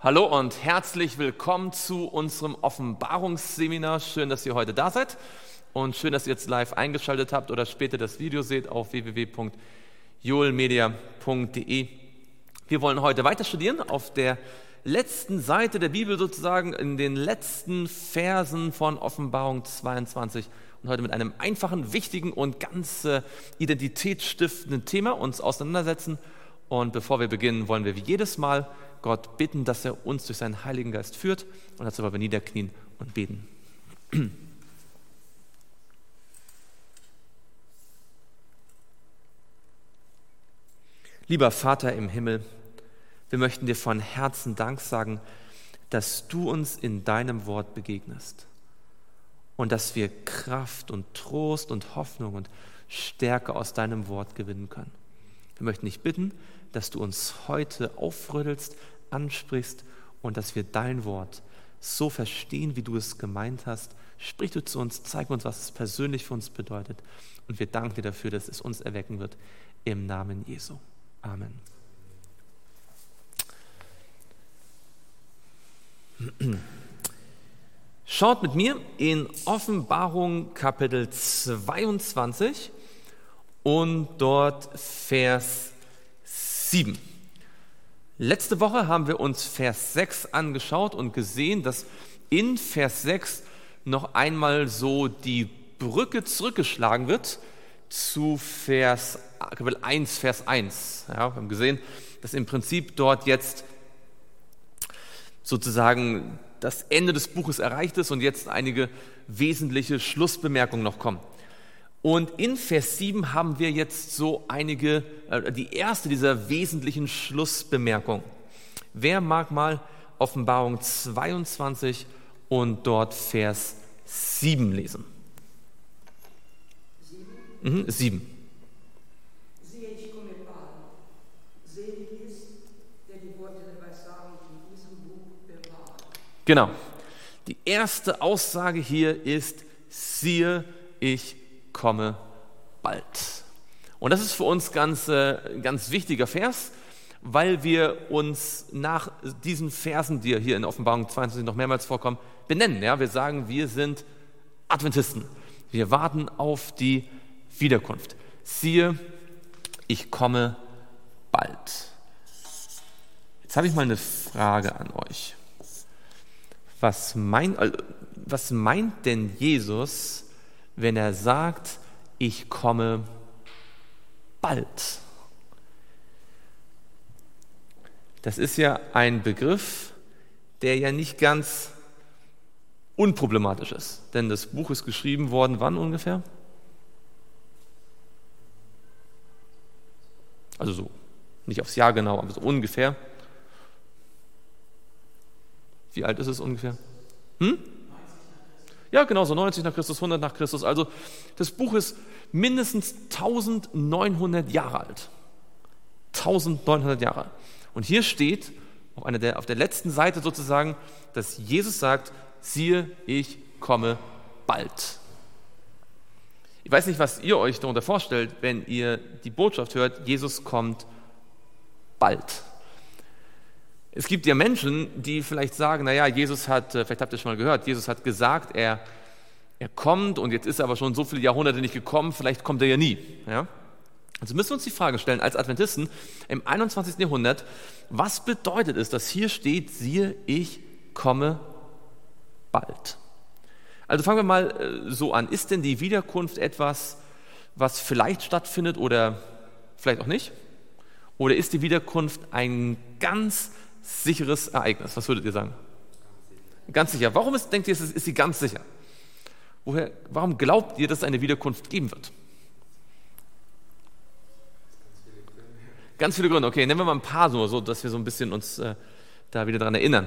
Hallo und herzlich willkommen zu unserem Offenbarungsseminar. Schön, dass ihr heute da seid und schön, dass ihr jetzt live eingeschaltet habt oder später das Video seht auf www.joelmedia.de. Wir wollen heute weiter studieren auf der letzten Seite der Bibel sozusagen, in den letzten Versen von Offenbarung 22 und heute mit einem einfachen, wichtigen und ganz identitätsstiftenden Thema uns auseinandersetzen. Und bevor wir beginnen, wollen wir wie jedes Mal Gott bitten, dass er uns durch seinen Heiligen Geist führt. Und dazu wollen wir niederknien und beten. Lieber Vater im Himmel, wir möchten dir von Herzen Dank sagen, dass du uns in deinem Wort begegnest und dass wir Kraft und Trost und Hoffnung und Stärke aus deinem Wort gewinnen können. Wir möchten dich bitten, dass du uns heute aufrüttelst, ansprichst und dass wir dein Wort so verstehen, wie du es gemeint hast. Sprich du zu uns, zeig uns, was es persönlich für uns bedeutet. Und wir danken dir dafür, dass es uns erwecken wird. Im Namen Jesu. Amen. Schaut mit mir in Offenbarung Kapitel 22 und dort Vers 7. Letzte Woche haben wir uns Vers 6 angeschaut und gesehen, dass in Vers 6 noch einmal so die Brücke zurückgeschlagen wird zu Kapitel 1, Vers 1. Ja, wir haben gesehen, dass im Prinzip dort jetzt sozusagen das Ende des Buches erreicht ist und jetzt einige wesentliche Schlussbemerkungen noch kommen. Und in Vers 7 haben wir jetzt so die erste dieser wesentlichen Schlussbemerkungen. Wer mag mal Offenbarung 22 und dort Vers 7 lesen? 7? 7. Siehe, ich komme bald. Selig ist, der die Worte der Weissagung in diesem Buch bewahrt. Genau. Die erste Aussage hier ist, siehe, ich komme bald. Und das ist für uns ganz wichtiger Vers, weil wir uns nach diesen Versen, die hier in Offenbarung 22 noch mehrmals vorkommen, benennen. Ja? Wir sagen, wir sind Adventisten. Wir warten auf die Wiederkunft. Siehe, ich komme bald. Jetzt habe ich mal eine Frage an euch. Was meint denn Jesus, wenn er sagt, ich komme bald? Das ist ja ein Begriff, der ja nicht ganz unproblematisch ist. Denn das Buch ist geschrieben worden, wann ungefähr? Also so, nicht aufs Jahr genau, aber so ungefähr. Wie alt ist es ungefähr? Ja, genau, so 90 nach Christus, 100 nach Christus. Also das Buch ist mindestens 1900 Jahre alt. 1900 Jahre. Und hier steht, auf der letzten Seite sozusagen, dass Jesus sagt, siehe, ich komme bald. Ich weiß nicht, was ihr euch darunter vorstellt, wenn ihr die Botschaft hört, Jesus kommt bald. Es gibt ja Menschen, die vielleicht sagen, naja, vielleicht habt ihr schon mal gehört, Jesus hat gesagt, er kommt und jetzt ist er aber schon so viele Jahrhunderte nicht gekommen, vielleicht kommt er ja nie. Ja? Also müssen wir uns die Frage stellen, als Adventisten im 21. Jahrhundert, was bedeutet es, dass hier steht, siehe, ich komme bald? Also fangen wir mal so an. Ist denn die Wiederkunft etwas, was vielleicht stattfindet oder vielleicht auch nicht? Oder ist die Wiederkunft ein ganz sicheres Ereignis? Was würdet ihr sagen? Ganz sicher. Warum denkt ihr, ist sie ganz sicher? Warum glaubt ihr, dass es eine Wiederkunft geben wird? Ganz viele Gründe. Okay, nennen wir mal ein paar so dass wir so ein bisschen uns da wieder dran erinnern.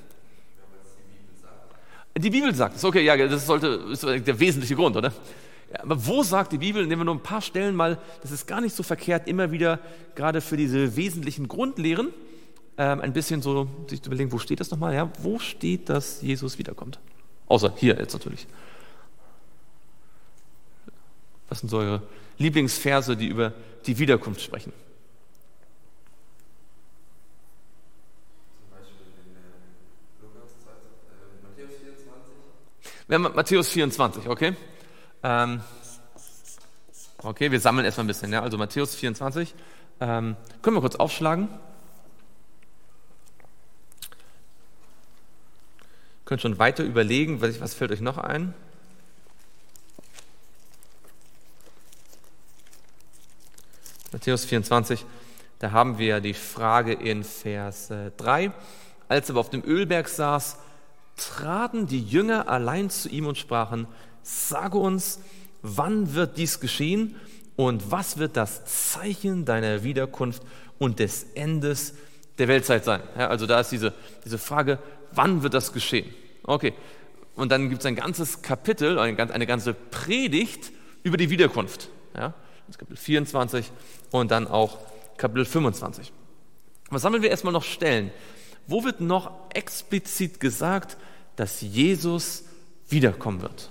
Die Bibel sagt es. Okay, ja, das ist der wesentliche Grund, oder? Ja, aber wo sagt die Bibel? Nehmen wir nur ein paar Stellen mal. Das ist gar nicht so verkehrt, immer wieder gerade für diese wesentlichen Grundlehren ein bisschen so sich zu überlegen, wo steht das nochmal? Ja, wo steht, dass Jesus wiederkommt? Außer hier jetzt natürlich. Was sind so eure Lieblingsverse, die über die Wiederkunft sprechen? Zum Beispiel in Wir haben Matthäus 24, okay? Okay, wir sammeln erstmal ein bisschen, ja? Also Matthäus 24. Können wir kurz aufschlagen? Könnt schon weiter überlegen, was fällt euch noch ein? Matthäus 24, da haben wir die Frage in Vers 3. Als er aber auf dem Ölberg saß, traten die Jünger allein zu ihm und sprachen: Sage uns, wann wird dies geschehen und was wird das Zeichen deiner Wiederkunft und des Endes der Weltzeit sein? Ja, also da ist diese Frage, wann wird das geschehen? Okay, und dann gibt es ein ganzes Kapitel, eine ganze Predigt über die Wiederkunft. Ja, das Kapitel 24 und dann auch Kapitel 25. Was sammeln wir erstmal noch Stellen? Wo wird noch explizit gesagt, dass Jesus wiederkommen wird?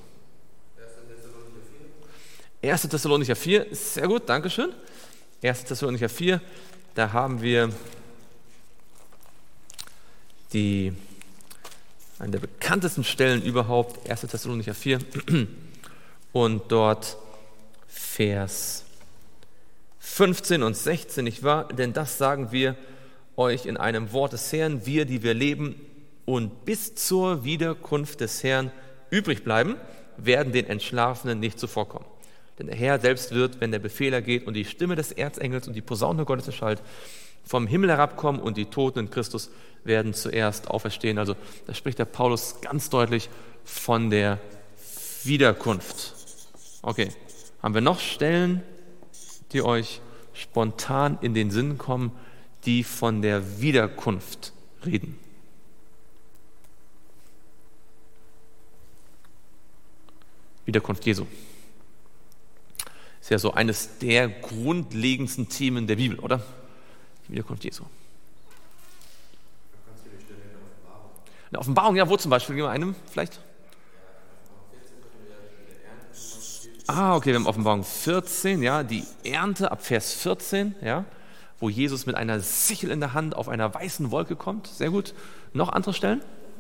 1. Thessalonicher 4, sehr gut, Dankeschön. 1. Thessalonicher 4, da haben wir eine der bekanntesten Stellen überhaupt, 1. Thessalonicher 4, und dort Vers 15 und 16, nicht wahr? Denn das sagen wir euch in einem Wort des Herrn, wir, die wir leben und bis zur Wiederkunft des Herrn übrig bleiben, werden den Entschlafenen nicht zuvorkommen. Denn der Herr selbst wird, wenn der Befehl ergeht und die Stimme des Erzengels und die Posaune Gottes erschallt, vom Himmel herabkommen und die Toten in Christus werden zuerst auferstehen. Also da spricht der Paulus ganz deutlich von der Wiederkunft. Okay, haben wir noch Stellen, die euch spontan in den Sinn kommen, die von der Wiederkunft reden? Wiederkunft Jesu. Ist ja so eines der grundlegendsten Themen der Bibel, oder? Die Wiederkunft Jesu. In der Offenbarung, ja, wo zum Beispiel? Gehen wir einem vielleicht? Okay, wir haben Offenbarung 14, ja, die Ernte ab Vers 14, ja, wo Jesus mit einer Sichel in der Hand auf einer weißen Wolke kommt. Sehr gut. Noch andere Stellen?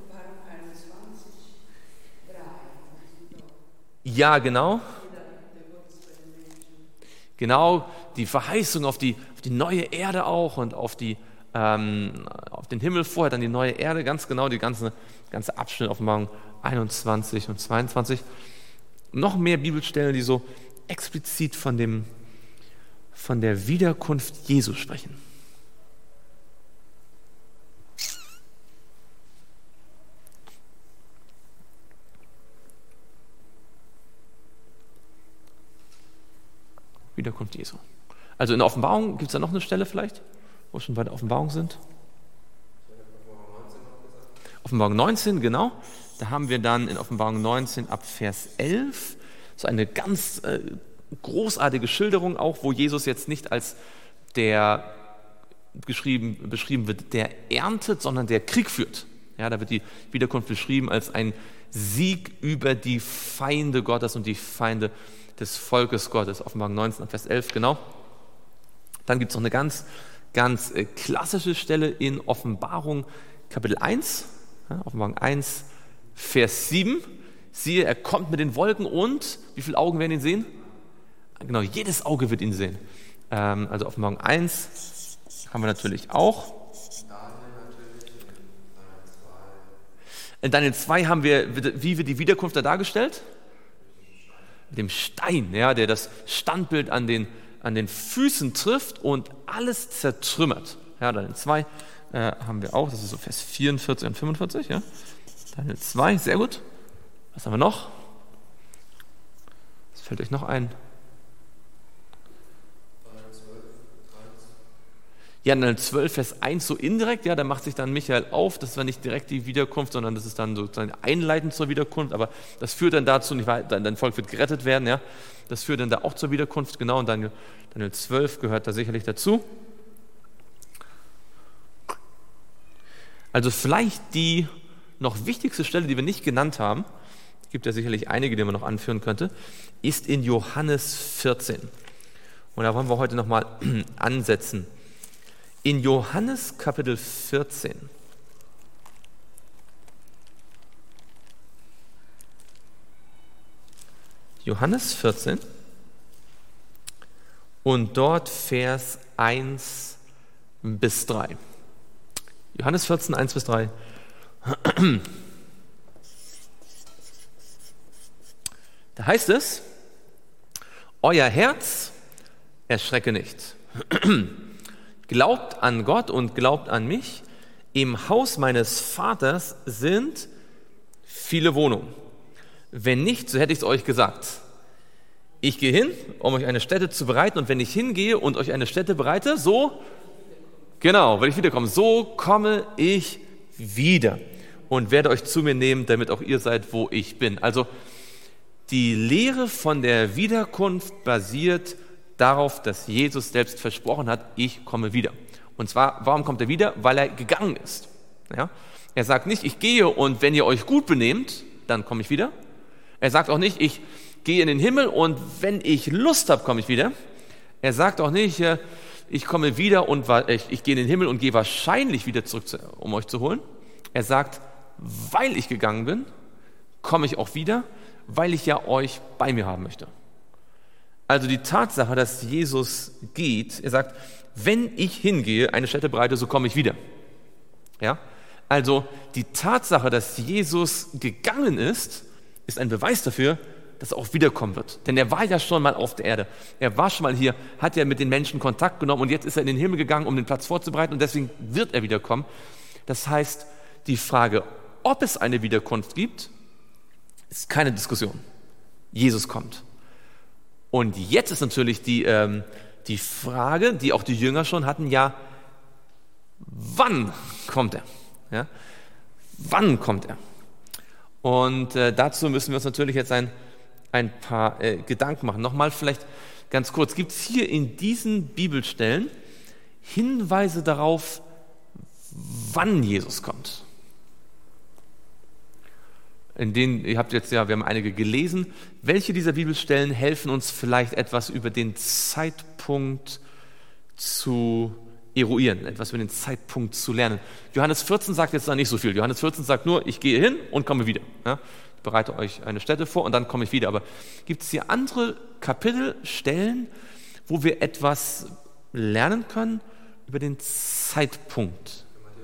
Ja, genau. Genau, die Verheißung auf die neue Erde auch und auf den Himmel vorher, dann die neue Erde, ganz genau, die ganze Abschnitt Offenbarung 21 und 22. Noch mehr Bibelstellen, die so explizit von der Wiederkunft Jesu sprechen. Wiederkunft Jesu. Also in der Offenbarung, gibt es da noch eine Stelle vielleicht, wo wir schon bei der Offenbarung sind? Offenbarung 19, genau. Da haben wir dann in Offenbarung 19 ab Vers 11 so eine ganz großartige Schilderung auch, wo Jesus jetzt nicht als der beschrieben wird, der erntet, sondern der Krieg führt. Ja, da wird die Wiederkunft beschrieben als ein Sieg über die Feinde Gottes und die Feinde des Volkes Gottes. Offenbarung 19 ab Vers 11, genau. Dann gibt es noch eine ganz klassische Stelle in Offenbarung Kapitel 1, ja, Offenbarung 1, Vers 7. Siehe, er kommt mit den Wolken und wie viele Augen werden ihn sehen? Genau, jedes Auge wird ihn sehen. Also Offenbarung 1 haben wir natürlich auch. In Daniel 2 haben wir, wie wird die Wiederkunft da dargestellt? Mit dem Stein, ja, der das Standbild an den Füßen trifft und alles zertrümmert. Ja, Daniel 2 haben wir auch, das ist so Vers 44 und 45. Ja. Daniel 2, sehr gut. Was haben wir noch? Was fällt euch noch ein? Ja, Daniel 12, Vers 1 so indirekt, ja, da macht sich dann Michael auf, das war nicht direkt die Wiederkunft, sondern das ist dann sozusagen einleitend zur Wiederkunft, aber das führt dann dazu, nicht wahr, dein Volk wird gerettet werden, ja, das führt dann da auch zur Wiederkunft, genau, und Daniel 12 gehört da sicherlich dazu. Also vielleicht die noch wichtigste Stelle, die wir nicht genannt haben, es gibt ja sicherlich einige, die man noch anführen könnte, ist in Johannes 14. Und da wollen wir heute nochmal ansetzen. In Johannes Kapitel 14. Johannes 14 und dort Vers 1 bis 3. Johannes 14, 1 bis 3. Da heißt es, euer Herz erschrecke nicht. Glaubt an Gott und glaubt an mich. Im Haus meines Vaters sind viele Wohnungen. Wenn nicht, so hätte ich es euch gesagt. Ich gehe hin, um euch eine Stätte zu bereiten, und wenn ich hingehe und euch eine Stätte bereite, so, genau, wenn ich wiederkomme, so komme ich wieder und werde euch zu mir nehmen, damit auch ihr seid, wo ich bin. Also die Lehre von der Wiederkunft basiert darauf, dass Jesus selbst versprochen hat, ich komme wieder. Und zwar, warum kommt er wieder? Weil er gegangen ist. Ja? Er sagt nicht, ich gehe und wenn ihr euch gut benehmt, dann komme ich wieder. Er sagt auch nicht, ich gehe in den Himmel und wenn ich Lust habe, komme ich wieder. Er sagt auch nicht, ich komme wieder und ich gehe in den Himmel und gehe wahrscheinlich wieder zurück, um euch zu holen. Er sagt, weil ich gegangen bin, komme ich auch wieder, weil ich ja euch bei mir haben möchte. Also die Tatsache, dass Jesus geht, er sagt, wenn ich hingehe, eine Stätte bereite, so komme ich wieder. Ja? Also die Tatsache, dass Jesus gegangen ist ein Beweis dafür, dass er auch wiederkommen wird. Denn er war ja schon mal auf der Erde. Er war schon mal hier, hat ja mit den Menschen Kontakt genommen und jetzt ist er in den Himmel gegangen, um den Platz vorzubereiten und deswegen wird er wiederkommen. Das heißt, die Frage, ob es eine Wiederkunft gibt, ist keine Diskussion. Jesus kommt. Und jetzt ist natürlich die Frage, die auch die Jünger schon hatten, ja, wann kommt er? Ja? Wann kommt er? Und dazu müssen wir uns natürlich jetzt ein paar Gedanken machen. Nochmal vielleicht ganz kurz, gibt es hier in diesen Bibelstellen Hinweise darauf, wann Jesus kommt? Wir haben einige gelesen. Welche dieser Bibelstellen helfen uns vielleicht etwas über den Zeitpunkt zu eruieren, etwas über den Zeitpunkt zu lernen? Johannes 14 sagt jetzt da nicht so viel. Johannes 14 sagt nur, ich gehe hin und komme wieder. Ja? Ich bereite euch eine Stätte vor und dann komme ich wieder. Aber gibt es hier andere Kapitelstellen, wo wir etwas lernen können über den Zeitpunkt?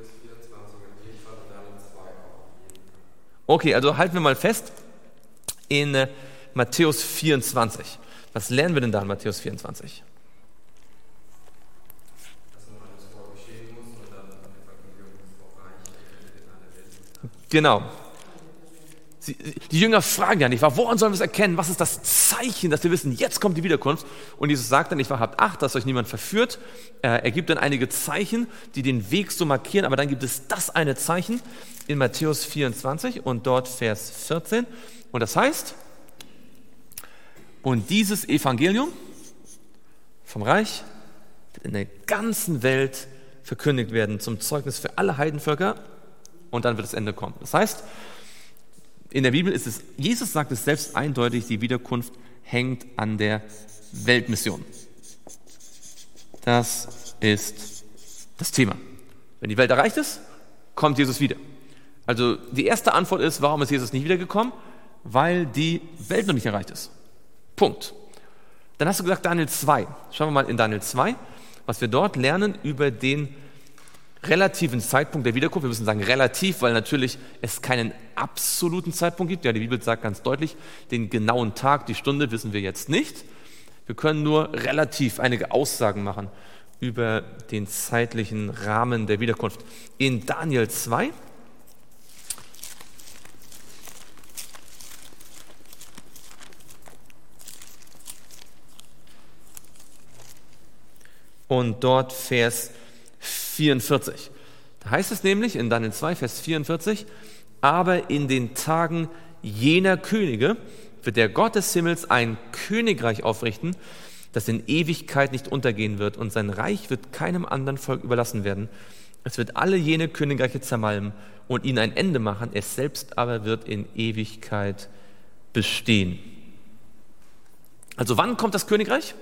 Okay, also halten wir mal fest in Matthäus 24. Was lernen wir denn da in Matthäus 24? Genau. Die Jünger fragen ja nicht, woran sollen wir es erkennen? Was ist das Zeichen, dass wir wissen, jetzt kommt die Wiederkunft? Und Jesus sagt dann, habt Acht, dass euch niemand verführt. Er gibt dann einige Zeichen, die den Weg so markieren, aber dann gibt es das eine Zeichen in Matthäus 24 und dort Vers 14. Und das heißt, und dieses Evangelium vom Reich wird in der ganzen Welt verkündigt werden zum Zeugnis für alle Heidenvölker und dann wird das Ende kommen. Das heißt, in der Bibel ist es, Jesus sagt es selbst eindeutig, die Wiederkunft hängt an der Weltmission. Das ist das Thema. Wenn die Welt erreicht ist, kommt Jesus wieder. Also die erste Antwort ist, warum ist Jesus nicht wiedergekommen? Weil die Welt noch nicht erreicht ist. Punkt. Dann hast du gesagt Daniel 2. Schauen wir mal in Daniel 2, was wir dort lernen über den relativen Zeitpunkt der Wiederkunft. Wir müssen sagen relativ, weil natürlich es keinen absoluten Zeitpunkt gibt. Ja, die Bibel sagt ganz deutlich, den genauen Tag, die Stunde wissen wir jetzt nicht. Wir können nur relativ einige Aussagen machen über den zeitlichen Rahmen der Wiederkunft. In Daniel 2 und dort Vers 44. Da heißt es nämlich in Daniel 2, Vers 44, aber in den Tagen jener Könige wird der Gott des Himmels ein Königreich aufrichten, das in Ewigkeit nicht untergehen wird und sein Reich wird keinem anderen Volk überlassen werden. Es wird alle jene Königreiche zermalmen und ihnen ein Ende machen, es selbst aber wird in Ewigkeit bestehen. Also wann kommt das Königreich?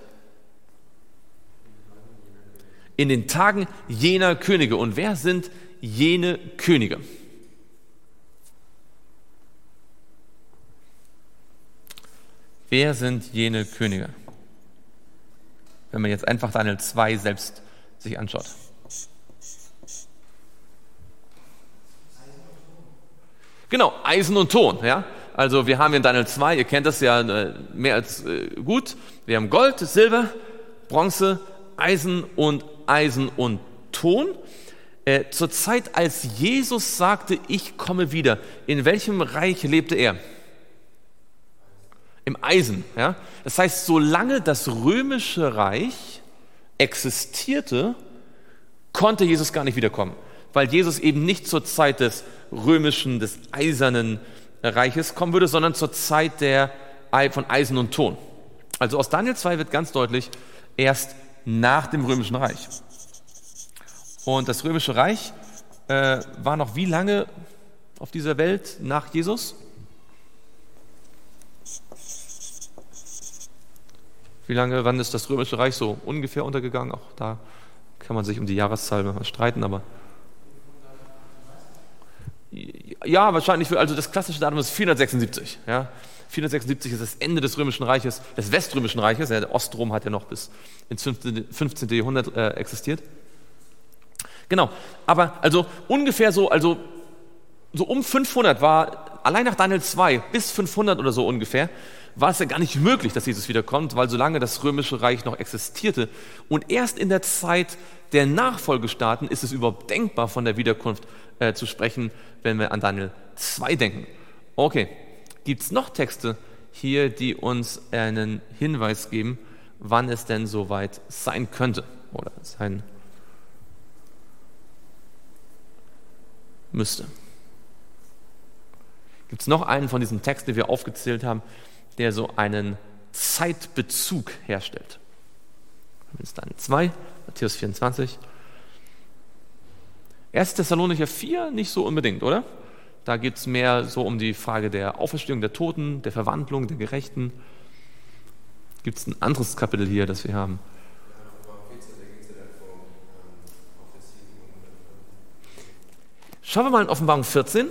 In den Tagen jener Könige. Und wer sind jene Könige? Wer sind jene Könige? Wenn man jetzt einfach Daniel 2 selbst sich anschaut. Genau, Eisen und Ton. Ja? Also wir haben in Daniel 2, ihr kennt das ja mehr als gut, wir haben Gold, Silber, Bronze, Eisen und Ton. Zur Zeit, als Jesus sagte, ich komme wieder, in welchem Reich lebte er? Im Eisen. Ja? Das heißt, solange das römische Reich existierte, konnte Jesus gar nicht wiederkommen, weil Jesus eben nicht zur Zeit des römischen, des eisernen Reiches kommen würde, sondern zur Zeit von Eisen und Ton. Also aus Daniel 2 wird ganz deutlich, erst nach dem römischen Reich. Und das römische Reich war noch wie lange auf dieser Welt nach Jesus? Wann ist das römische Reich so ungefähr untergegangen? Auch da kann man sich um die Jahreszahl mal streiten, aber ja, wahrscheinlich, also das klassische Datum ist 476. Ja? 476 ist das Ende des römischen Reiches, des weströmischen Reiches. Ja, der Ostrom hat ja noch bis ins 15. Jahrhundert existiert. Genau, aber also ungefähr so um 500 war, allein nach Daniel 2 bis 500 oder so ungefähr, war es ja gar nicht möglich, dass Jesus wiederkommt, weil solange das römische Reich noch existierte und erst in der Zeit der Nachfolgestaaten ist es überhaupt denkbar, von der Wiederkunft zu sprechen, wenn wir an Daniel 2 denken. Okay, gibt es noch Texte hier, die uns einen Hinweis geben, wann es denn soweit sein könnte oder sein müsste? Gibt es noch einen von diesen Texten, die wir aufgezählt haben, der so einen Zeitbezug herstellt? Daniel 2, Matthäus 24. 1. Thessalonicher 4 nicht so unbedingt, oder? Da geht es mehr so um die Frage der Auferstehung der Toten, der Verwandlung der Gerechten. Gibt es ein anderes Kapitel hier, das wir haben? Schauen wir mal in Offenbarung 14.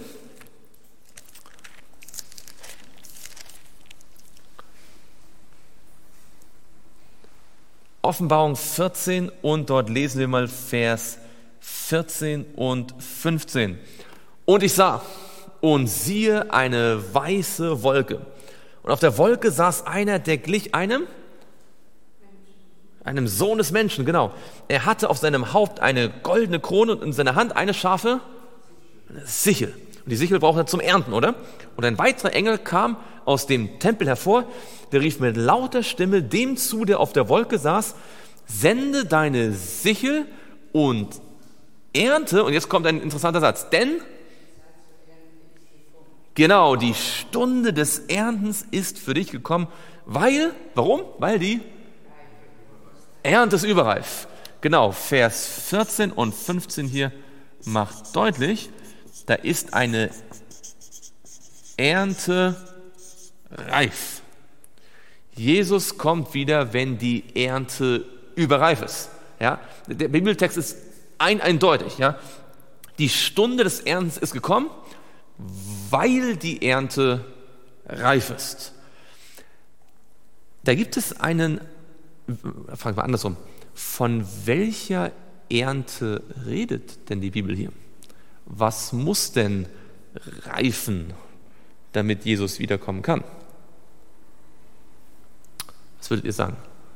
Offenbarung 14 und dort lesen wir mal Vers 14 und 15. Und ich sah und siehe eine weiße Wolke. Und auf der Wolke saß einer, der glich einem Sohn des Menschen, genau. Er hatte auf seinem Haupt eine goldene Krone und in seiner Hand eine scharfe Sichel. Und die Sichel braucht er zum Ernten, oder? Und ein weiterer Engel kam aus dem Tempel hervor, der rief mit lauter Stimme dem zu, der auf der Wolke saß, sende deine Sichel und ernte, und jetzt kommt ein interessanter Satz, denn genau, die Stunde des Erntens ist für dich gekommen, warum? Weil die Ernte ist überreif. Genau, Vers 14 und 15 hier macht deutlich, da ist eine Ernte reif. Jesus kommt wieder, wenn die Ernte überreif ist. Ja? Der Bibeltext ist eindeutig. Ja? Die Stunde des Erntens ist gekommen, weil die Ernte reif ist. Da gibt es fragen wir andersrum, von welcher Ernte redet denn die Bibel hier? Was muss denn reifen, damit Jesus wiederkommen kann? Was würdet ihr sagen?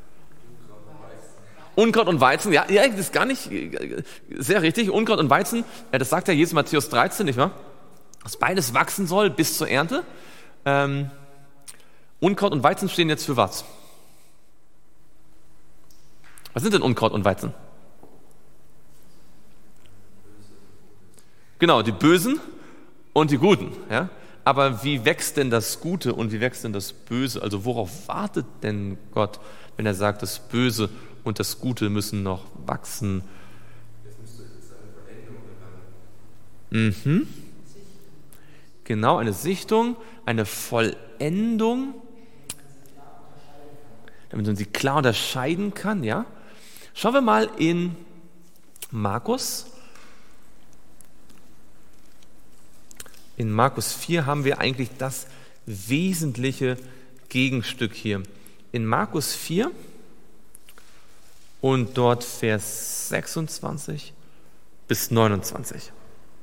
Unkraut und Weizen, ja, das ist gar nicht sehr richtig. Unkraut und Weizen, das sagt ja Jesus in Matthäus 13, nicht wahr? Dass beides wachsen soll bis zur Ernte. Unkraut und Weizen stehen jetzt für was? Was sind denn Unkraut und Weizen? Genau, die Bösen und die Guten. Ja? Aber wie wächst denn das Gute und wie wächst denn das Böse? Also worauf wartet denn Gott, wenn er sagt, das Böse und das Gute müssen noch wachsen? Genau, eine Sichtung, eine Vollendung, damit man sie klar unterscheiden kann. Ja? Schauen wir mal in Markus. In Markus 4 haben wir eigentlich das Wesentliche Gegenstück hier. In Markus 4 und dort Vers 26 bis 29.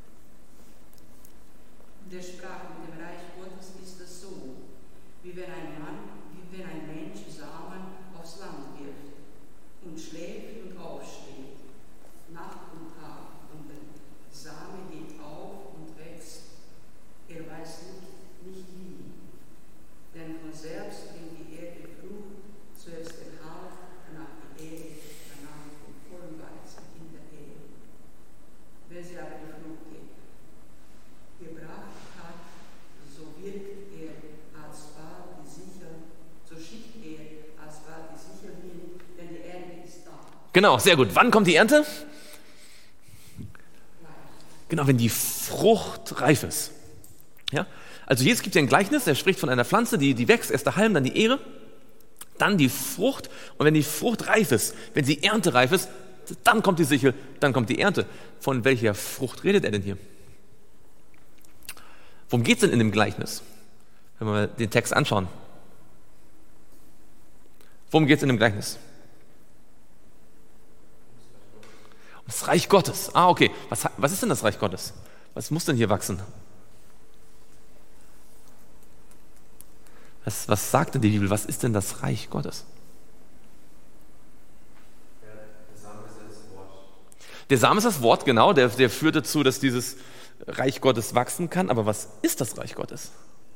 Der sprach, mit dem Reich Gottes ist es so, wie wenn ein Mensch Samen aufs Land wirft und schläft und aufsteht, Nacht und Tag, und der Same geht auf und wächst. Er weiß nicht wie, denn von selbst bringt die Erde Frucht, zuerst den Halm, danach die Erde, danach den vollen Weizen in der Erde. Wenn sie aber die Frucht gebracht hat, so wirkt er alsbald die Sichel, so schickt er alsbald die Sichel hin, denn die Ernte ist da. Genau, sehr gut. Wann kommt die Ernte? Genau, wenn die Frucht reif ist. Ja? Also Jesus gibt ja ein Gleichnis, er spricht von einer Pflanze, die wächst, erst der Halm, dann die Ähre, dann die Frucht. Und wenn die Frucht reif ist, wenn die Ernte reif ist, dann kommt die Sichel, dann kommt die Ernte. Von welcher Frucht redet er denn hier? Worum geht es denn in dem Gleichnis? Wenn wir mal den Text anschauen. Worum geht es in dem Gleichnis? Um das Reich Gottes. Ah, okay. Was ist denn das Reich Gottes? Was muss denn hier wachsen? Was sagt denn die Bibel? Was ist denn das Reich Gottes? Der Same ist das Wort, genau. Der führt dazu, dass dieses Reich Gottes wachsen kann. Aber was ist das Reich Gottes?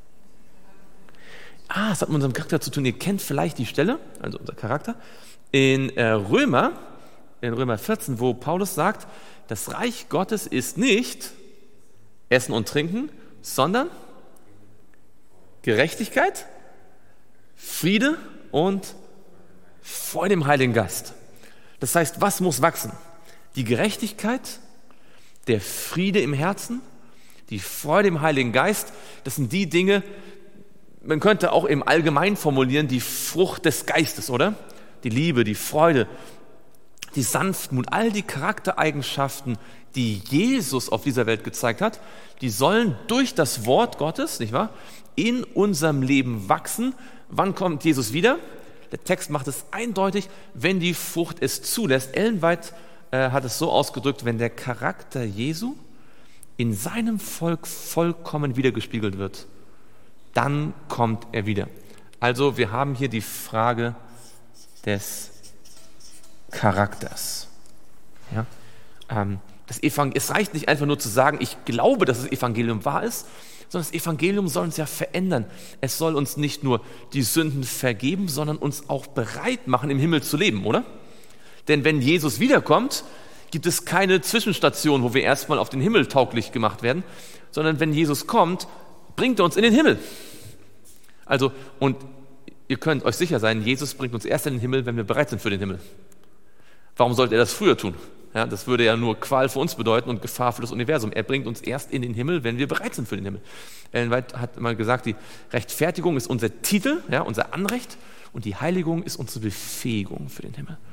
Es hat mit unserem Charakter zu tun. Ihr kennt vielleicht die Stelle, also unser Charakter, in Römer 14, wo Paulus sagt, das Reich Gottes ist nicht Essen und Trinken, sondern Gerechtigkeit, Friede und Freude im Heiligen Geist. Das heißt, was muss wachsen? Die Gerechtigkeit, der Friede im Herzen, die Freude im Heiligen Geist, das sind die Dinge, man könnte auch im Allgemeinen formulieren, die Frucht des Geistes, oder? Die Liebe, die Freude, die Sanftmut, all die Charaktereigenschaften, die Jesus auf dieser Welt gezeigt hat, die sollen durch das Wort Gottes, nicht wahr, in unserem Leben wachsen. Wann kommt Jesus wieder? Der Text macht es eindeutig, wenn die Frucht es zulässt. Ellen White hat es so ausgedrückt, wenn der Charakter Jesu in seinem Volk vollkommen wiedergespiegelt wird, dann kommt er wieder. Also wir haben hier die Frage des Charakters. Ja? Es reicht nicht einfach nur zu sagen, ich glaube, dass das Evangelium wahr ist, sondern das Evangelium soll uns ja verändern. Es soll uns nicht nur die Sünden vergeben, sondern uns auch bereit machen, im Himmel zu leben, oder? Denn wenn Jesus wiederkommt, gibt es keine Zwischenstation, wo wir erstmal auf den Himmel tauglich gemacht werden, sondern wenn Jesus kommt, bringt er uns in den Himmel. Also, und ihr könnt euch sicher sein, Jesus bringt uns erst in den Himmel, wenn wir bereit sind für den Himmel. Warum sollte er das früher tun? Ja, das würde ja nur Qual für uns bedeuten und Gefahr für das Universum. Er bringt uns erst in den Himmel, wenn wir bereit sind für den Himmel. Ellen White hat mal gesagt, die Rechtfertigung ist unser Titel, ja, unser Anrecht, und die Heiligung ist unsere Befähigung für den Himmel.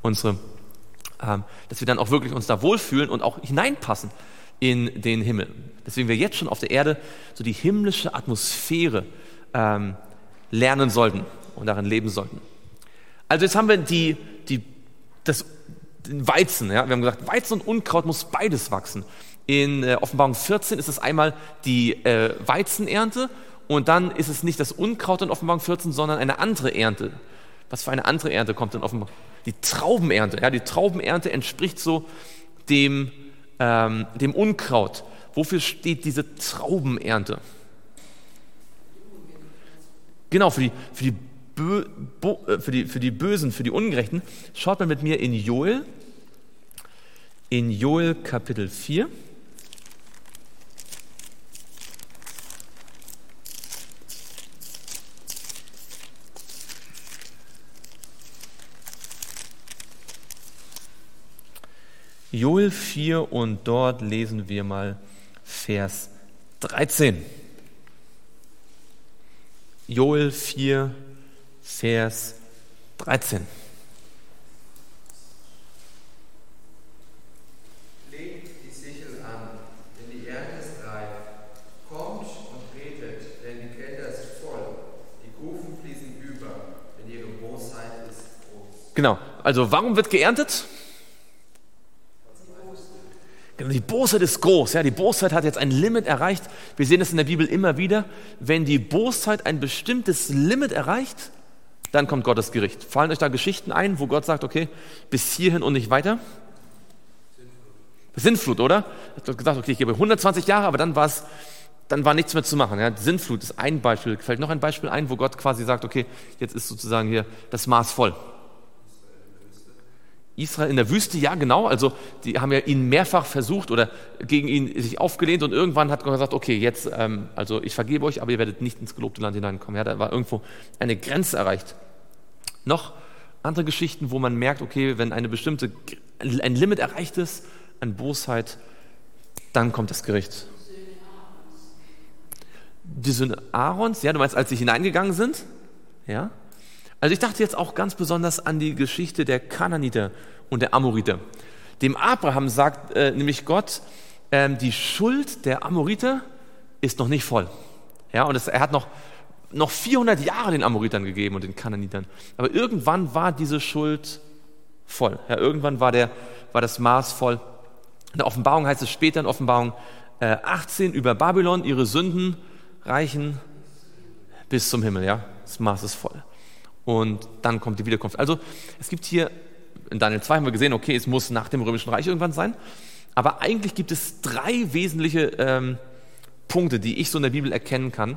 Dass wir dann auch wirklich uns da wohlfühlen und auch hineinpassen in den Himmel. Deswegen wir jetzt schon auf der Erde so die himmlische Atmosphäre lernen sollten und darin leben sollten. Also jetzt haben wir den Weizen. Ja? Wir haben gesagt, Weizen und Unkraut muss beides wachsen. In Offenbarung 14 ist es einmal die Weizenernte und dann ist es nicht das Unkraut in Offenbarung 14, sondern eine andere Ernte. Was für eine andere Ernte kommt in Offenbarung? Die Traubenernte. Ja? Die Traubenernte entspricht so dem Unkraut. Wofür steht diese Traubenernte? Genau, für die Bösen, für die Ungerechten. Schaut mal mit mir in Joel Kapitel 4. Joel 4 und dort lesen wir mal Vers 13. Joel 4, Vers 13. Legt die Sichel an, denn die Ernte ist reif. Kommt und tretet, denn die Kelter ist voll. Die Kufen fließen Genau, also warum wird geerntet? Genau, die Bosheit ist groß. Ja, die Bosheit hat jetzt ein Limit erreicht. Wir sehen es in der Bibel immer wieder. Wenn die Bosheit ein bestimmtes Limit erreicht, dann kommt Gottes Gericht. Fallen euch da Geschichten ein, wo Gott sagt, okay, bis hierhin und nicht weiter? Sintflut, oder? Er hat gesagt, okay, ich gebe 120 Jahre, aber dann war nichts mehr zu machen. Ja, Sintflut ist ein Beispiel. Fällt noch ein Beispiel ein, wo Gott quasi sagt, okay, jetzt ist sozusagen hier das Maß voll. Israel in der Wüste, ja genau, also die haben ja ihn mehrfach versucht oder gegen ihn sich aufgelehnt und irgendwann hat Gott gesagt, okay, jetzt, also ich vergebe euch, aber ihr werdet nicht ins gelobte Land hineinkommen. Ja, da war irgendwo eine Grenze erreicht. Noch andere Geschichten, wo man merkt, okay, wenn ein Limit erreicht ist an Bosheit, dann kommt das Gericht. Die Söhne Aarons, ja, du meinst, als sie hineingegangen sind? Ja. Also ich dachte jetzt auch ganz besonders an die Geschichte der Kanaaniter und der Amoriter. Dem Abraham sagt nämlich Gott, die Schuld der Amoriter ist noch nicht voll. Ja, und er hat noch 400 Jahre den Amoritern gegeben und den Kanaanitern. Aber irgendwann war diese Schuld voll. Ja, irgendwann war das Maß voll. In der Offenbarung heißt es später, in Offenbarung 18 über Babylon, ihre Sünden reichen bis zum Himmel. Ja, das Maß ist voll. Und dann kommt die Wiederkunft. Also es gibt hier, in Daniel 2 haben wir gesehen, okay, es muss nach dem Römischen Reich irgendwann sein, aber eigentlich gibt es 3 wesentliche Punkte, die ich so in der Bibel erkennen kann.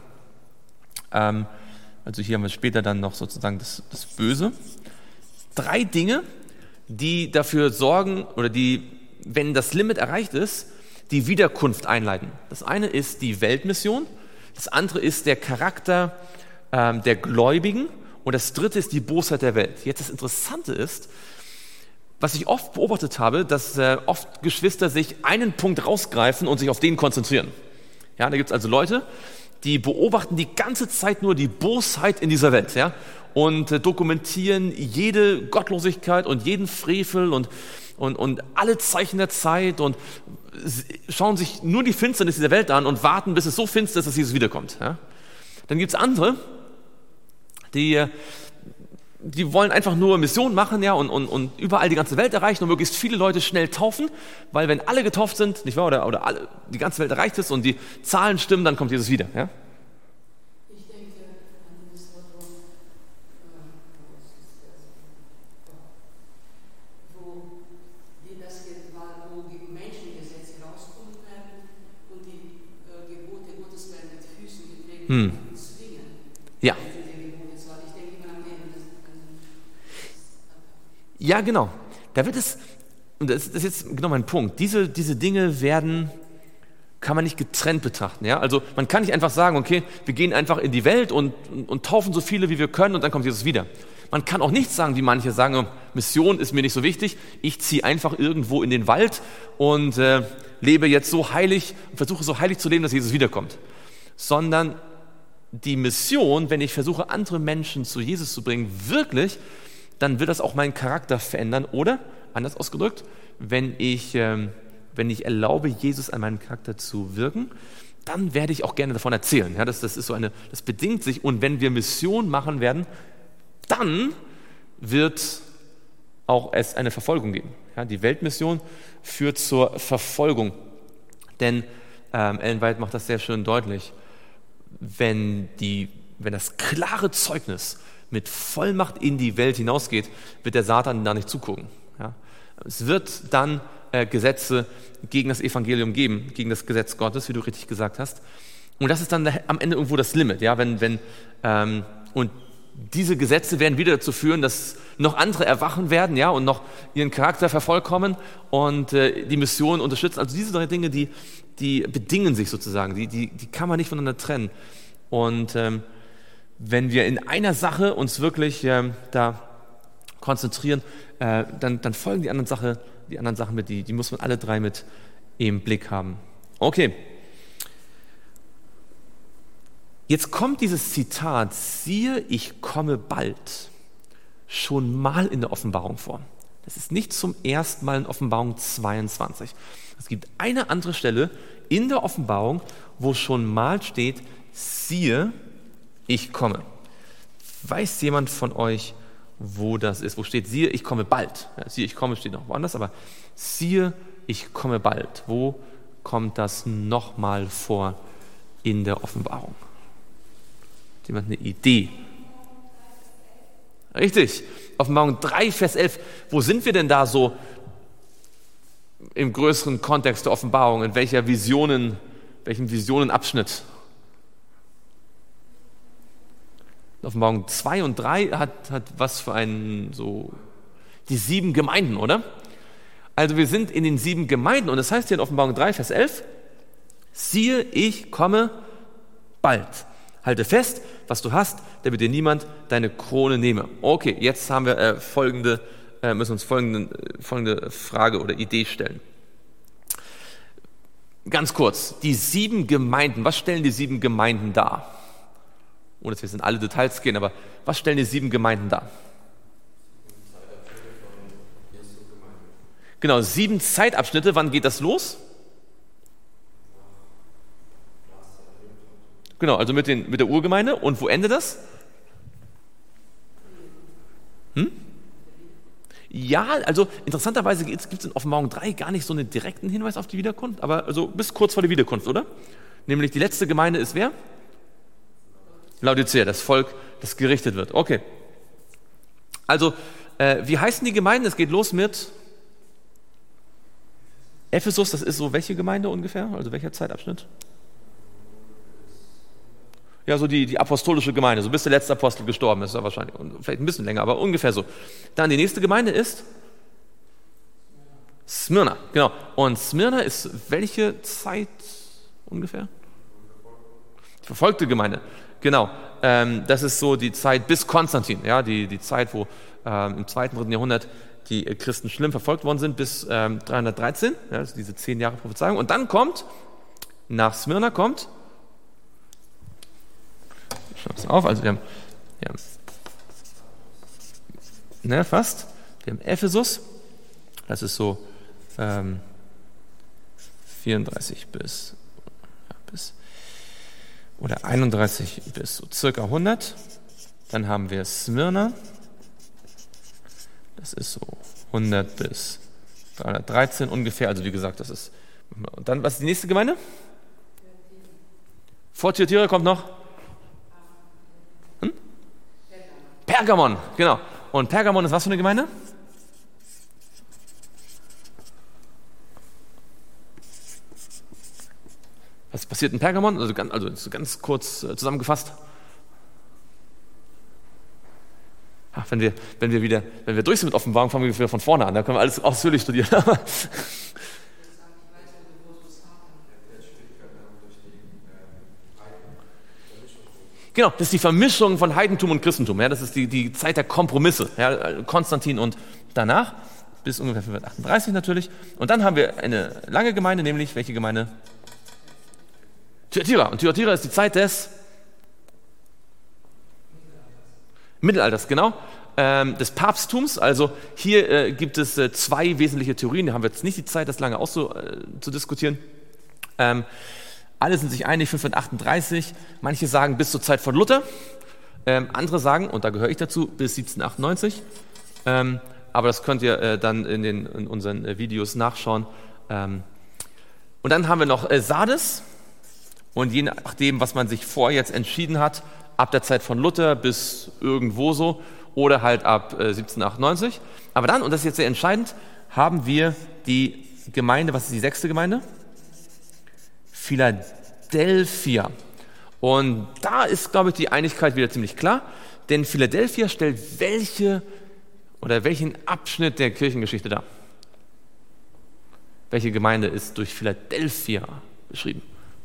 Also hier haben wir später dann noch sozusagen das Böse. 3 Dinge, die dafür sorgen, oder die, wenn das Limit erreicht ist, die Wiederkunft einleiten. Das eine ist die Weltmission, das andere ist der Charakter der Gläubigen, und das dritte ist die Bosheit der Welt. Jetzt das Interessante ist, was ich oft beobachtet habe, dass oft Geschwister sich einen Punkt rausgreifen und sich auf den konzentrieren. Ja, da gibt es also Leute, die beobachten die ganze Zeit nur die Bosheit in dieser Welt, ja, und dokumentieren jede Gottlosigkeit und jeden Frevel und alle Zeichen der Zeit und schauen sich nur die Finsternis dieser Welt an und warten, bis es so finster ist, dass Jesus wiederkommt. Ja. Dann gibt es andere, die wollen einfach nur Mission machen, ja, und überall die ganze Welt erreichen und möglichst viele Leute schnell taufen, weil wenn alle getauft sind, nicht wahr, oder alle, die ganze Welt erreicht ist und die Zahlen stimmen, dann kommt Jesus wieder. Ja? Ich denke an das Wort, wo die Menschengesetze rausgeholt werden und die Gebote Gottes werden mit Füßen getreten und zwingen. Ja. Ja, genau. Da wird es, und das ist jetzt genau mein Punkt, diese Dinge kann man nicht getrennt betrachten. Ja? Also man kann nicht einfach sagen, okay, wir gehen einfach in die Welt und taufen so viele, wie wir können und dann kommt Jesus wieder. Man kann auch nicht sagen, wie manche sagen, Mission ist mir nicht so wichtig, ich ziehe einfach irgendwo in den Wald und lebe jetzt so heilig, versuche so heilig zu leben, dass Jesus wiederkommt. Sondern die Mission, wenn ich versuche, andere Menschen zu Jesus zu bringen, wirklich, dann wird das auch meinen Charakter verändern. Oder, anders ausgedrückt, wenn ich erlaube, Jesus an meinem Charakter zu wirken, dann werde ich auch gerne davon erzählen. Ja, das ist so das bedingt sich. Und wenn wir Mission machen werden, dann wird auch es eine Verfolgung geben. Ja, die Weltmission führt zur Verfolgung. Denn Ellen White macht das sehr schön deutlich. Wenn das klare Zeugnis mit Vollmacht in die Welt hinausgeht, wird der Satan da nicht zugucken. Ja? Es wird dann Gesetze gegen das Evangelium geben, gegen das Gesetz Gottes, wie du richtig gesagt hast. Und das ist dann am Ende irgendwo das Limit. Ja? Und diese Gesetze werden wieder dazu führen, dass noch andere erwachen werden, ja, und noch ihren Charakter vervollkommen und die Mission unterstützen. Also diese 3 Dinge, die bedingen sich sozusagen, die kann man nicht voneinander trennen. Und wenn wir in einer Sache uns wirklich da konzentrieren, dann folgen die anderen Sachen mit, die muss man alle 3 mit im Blick haben. Okay. Jetzt kommt dieses Zitat, siehe, ich komme bald, schon mal in der Offenbarung vor. Das ist nicht zum ersten Mal in Offenbarung 22. Es gibt eine andere Stelle in der Offenbarung, wo schon mal steht, siehe, ich komme. Weiß jemand von euch, wo das ist. Wo steht, siehe, ich komme bald. Ja, siehe, ich komme steht noch woanders, aber siehe, ich komme bald. Wo kommt das nochmal vor in der Offenbarung? Hat jemand eine Idee? Richtig. Offenbarung 3, Vers 11. Wo sind wir denn da so im größeren Kontext der Offenbarung? In welchem Visionenabschnitt? Offenbarung 2 und 3 hat was für einen, so die 7 Gemeinden, oder? Also wir sind in den 7 Gemeinden und das heißt hier in Offenbarung 3, Vers 11, siehe, ich komme bald. Halte fest, was du hast, damit dir niemand deine Krone nehme. Okay, jetzt haben wir müssen uns folgende Frage oder Idee stellen. Ganz kurz, die 7 Gemeinden, was stellen die 7 Gemeinden dar? Ohne dass wir jetzt in alle Details gehen, aber was stellen die 7 Gemeinden dar? Genau, 7 Zeitabschnitte, wann geht das los? Genau, also mit der Urgemeinde. Und wo endet das? Ja, also interessanterweise gibt es in Offenbarung 3 gar nicht so einen direkten Hinweis auf die Wiederkunft, aber also bis kurz vor der Wiederkunft, oder? Nämlich die letzte Gemeinde ist wer? Laodicea, das Volk, das gerichtet wird. Okay. Also, wie heißen die Gemeinden? Es geht los mit Ephesus, das ist so welche Gemeinde ungefähr? Also welcher Zeitabschnitt? Ja, so die apostolische Gemeinde, so bis der letzte Apostel gestorben ist, wahrscheinlich. Und vielleicht ein bisschen länger, aber ungefähr so. Dann die nächste Gemeinde ist Smyrna, genau. Und Smyrna ist welche Zeit ungefähr? Die verfolgte Gemeinde. Genau, das ist so die Zeit bis Konstantin, ja, die Zeit, wo im 2., 3. Jahrhundert die Christen schlimm verfolgt worden sind, bis 313, ja, das ist diese 10 Jahre Prophezeiung. Und dann nach Smyrna kommt, ich schreibe es auf, also wir haben fast, wir haben Ephesus, das ist so 34 bis oder 31 bis so circa 100. Dann haben wir Smyrna. Das ist so 100 bis 313 ungefähr. Also wie gesagt, das ist... Und dann, was ist die nächste Gemeinde? Vor Thyatira kommt noch? Pergamon, genau. Und Pergamon ist was für eine Gemeinde? Was passiert in Pergamon? Also ganz kurz zusammengefasst. Ach, wenn wir durch sind mit Offenbarung, fangen wir wieder von vorne an. Da können wir alles ausführlich studieren. Genau, das ist die Vermischung von Heidentum und Christentum. Ja, das ist die Zeit der Kompromisse. Ja, Konstantin und danach, bis ungefähr 538 natürlich. Und dann haben wir eine lange Gemeinde, nämlich welche Gemeinde? Thyatira. Und Thyatira ist die Zeit des Mittelalters, genau, des Papsttums. Also hier gibt es 2 wesentliche Theorien. Da haben wir jetzt nicht die Zeit, das lange auszudiskutieren. Alle sind sich einig, 538. Manche sagen bis zur Zeit von Luther. Andere sagen, und da gehöre ich dazu, bis 1798. Aber das könnt ihr dann in unseren Videos nachschauen. Und dann haben wir noch Sardes. Und je nachdem, was man sich jetzt entschieden hat, ab der Zeit von Luther bis irgendwo so oder halt ab 1798. Aber dann, und das ist jetzt sehr entscheidend, haben wir die Gemeinde, was ist die 6. Gemeinde? Philadelphia. Und da ist, glaube ich, die Einigkeit wieder ziemlich klar, denn Philadelphia stellt welchen Abschnitt der Kirchengeschichte dar? Welche Gemeinde ist durch Philadelphia beschrieben?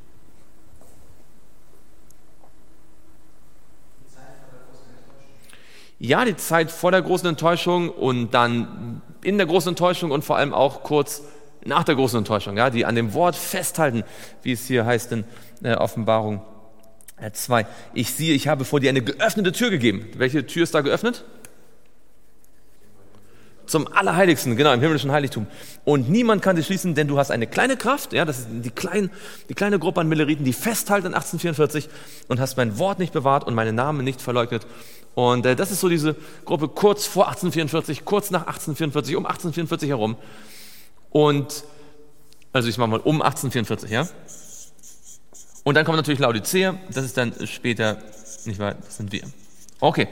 Ja, die Zeit vor der großen Enttäuschung und dann in der großen Enttäuschung und vor allem auch kurz nach der großen Enttäuschung, ja, die an dem Wort festhalten, wie es hier heißt in Offenbarung 2. Ich habe vor dir eine geöffnete Tür gegeben. Welche Tür ist da geöffnet? Zum Allerheiligsten, genau, im himmlischen Heiligtum. Und niemand kann dich schließen, denn du hast eine kleine Kraft, ja, das ist die kleine Gruppe an Milleriten, die festhalten in 1844 und hast mein Wort nicht bewahrt und meinen Namen nicht verleugnet. Und das ist so diese Gruppe kurz vor 1844, kurz nach 1844, um 1844 herum. Und, also ich mache mal um 1844, ja. Und dann kommt natürlich Laodicea, das ist dann später, nicht wahr, das sind wir. Okay.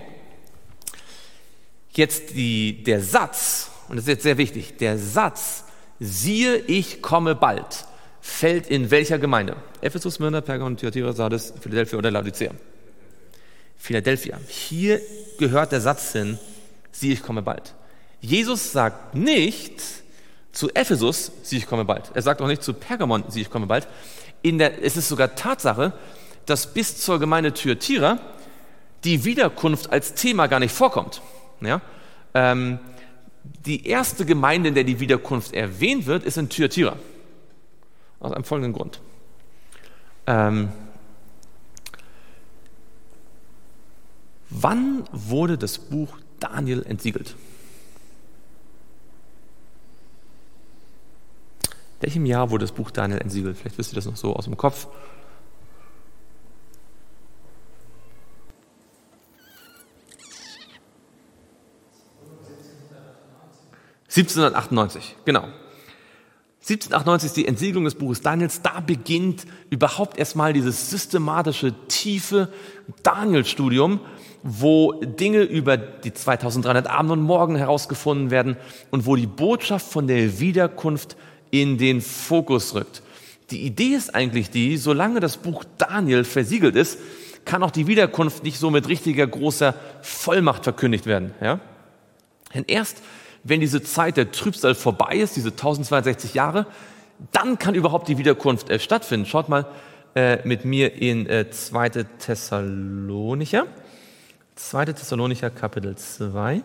Jetzt der Satz, und das ist jetzt sehr wichtig, der Satz, siehe, ich komme bald, fällt in welcher Gemeinde? Ephesus, Smyrna, Pergamon, Thyatira, Sardes, Philadelphia oder Laodicea? Philadelphia. Hier gehört der Satz hin, siehe, ich komme bald. Jesus sagt nicht zu Ephesus, siehe, ich komme bald. Er sagt auch nicht zu Pergamon, siehe, ich komme bald. Es ist sogar Tatsache, dass bis zur Gemeinde Thyatira die Wiederkunft als Thema gar nicht vorkommt. Ja? Die erste Gemeinde, in der die Wiederkunft erwähnt wird, ist in Thyatira. Aus einem folgenden Grund. Wann wurde das Buch Daniel entsiegelt? In welchem Jahr wurde das Buch Daniel entsiegelt? Vielleicht wisst ihr das noch so aus dem Kopf. (1798), genau. 1798 ist die Entsiegelung des Buches Daniels. Da beginnt überhaupt erstmal dieses systematische, tiefe Daniel-Studium, wo Dinge über die 2300 Abende und Morgen herausgefunden werden und wo die Botschaft von der Wiederkunft in den Fokus rückt. Die Idee ist eigentlich die, solange das Buch Daniel versiegelt ist, kann auch die Wiederkunft nicht so mit richtiger großer Vollmacht verkündigt werden. Ja? Denn erst wenn diese Zeit der Trübsal vorbei ist, diese 1062 Jahre, dann kann überhaupt die Wiederkunft stattfinden. Schaut mal mit mir in 2. Thessalonicher Kapitel 2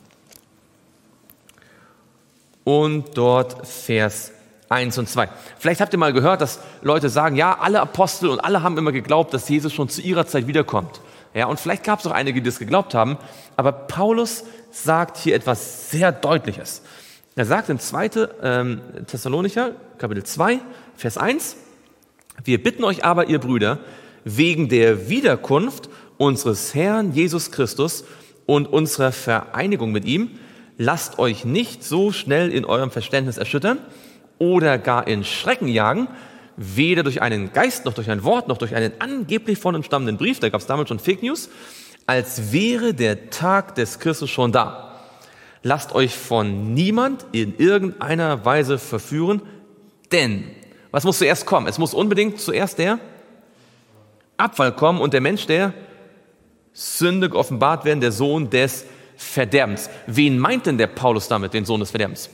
und dort Vers 1 und 2. Vielleicht habt ihr mal gehört, dass Leute sagen, ja, alle Apostel und alle haben immer geglaubt, dass Jesus schon zu ihrer Zeit wiederkommt. Ja, und vielleicht gab es auch einige, die das geglaubt haben, aber Paulus sagt hier etwas sehr Deutliches. Er sagt in 2. Thessalonicher, Kapitel 2, Vers 1, wir bitten euch aber, ihr Brüder, wegen der Wiederkunft unseres Herrn Jesus Christus und unserer Vereinigung mit ihm, lasst euch nicht so schnell in eurem Verständnis erschüttern oder gar in Schrecken jagen, weder durch einen Geist, noch durch ein Wort, noch durch einen angeblich von uns stammenden Brief, da gab es damals schon Fake News, als wäre der Tag des Christus schon da. Lasst euch von niemand in irgendeiner Weise verführen, denn, was muss zuerst kommen? Es muss unbedingt zuerst der Abfall kommen und der Mensch der Sünde geoffenbart werden, der Sohn des Verderbens. Wen meint denn der Paulus damit, den Sohn des Verderbens?